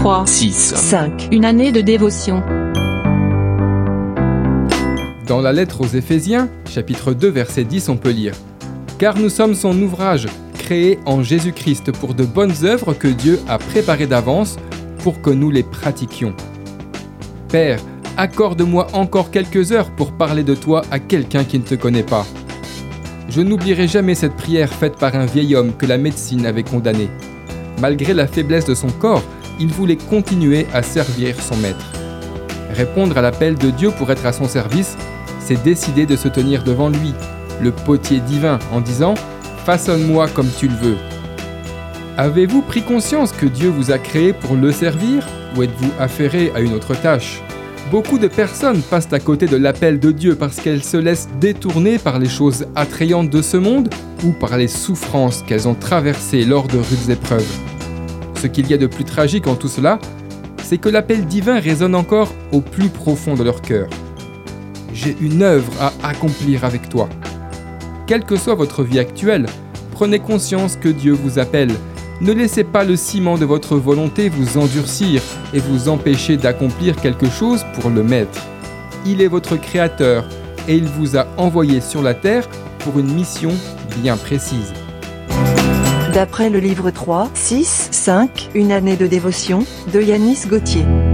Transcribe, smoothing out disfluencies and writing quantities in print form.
3, 6, 5. Une année de dévotion. Dans la lettre aux Éphésiens, chapitre 2, verset 10, on peut lire « Car nous sommes son ouvrage, créé en Jésus-Christ pour de bonnes œuvres que Dieu a préparées d'avance pour que nous les pratiquions. Père, accorde-moi encore quelques heures pour parler de toi à quelqu'un qui ne te connaît pas. » Je n'oublierai jamais cette prière faite par un vieil homme que la médecine avait condamné. Malgré la faiblesse de son corps, il voulait continuer à servir son maître. Répondre à l'appel de Dieu pour être à son service, c'est décider de se tenir devant lui, le potier divin, en disant « Façonne-moi comme tu le veux ». Avez-vous pris conscience que Dieu vous a créé pour le servir ou êtes-vous affairé à une autre tâche ? Beaucoup de personnes passent à côté de l'appel de Dieu parce qu'elles se laissent détourner par les choses attrayantes de ce monde ou par les souffrances qu'elles ont traversées lors de rudes épreuves. Ce qu'il y a de plus tragique en tout cela, c'est que l'appel divin résonne encore au plus profond de leur cœur. J'ai une œuvre à accomplir avec toi. Quelle que soit votre vie actuelle, prenez conscience que Dieu vous appelle. Ne laissez pas le ciment de votre volonté vous endurcir et vous empêcher d'accomplir quelque chose pour le Maître. Il est votre Créateur et il vous a envoyé sur la terre pour une mission bien précise. D'après le livre 3, 6, 5, Une année de dévotion, de Yanis Gauthier.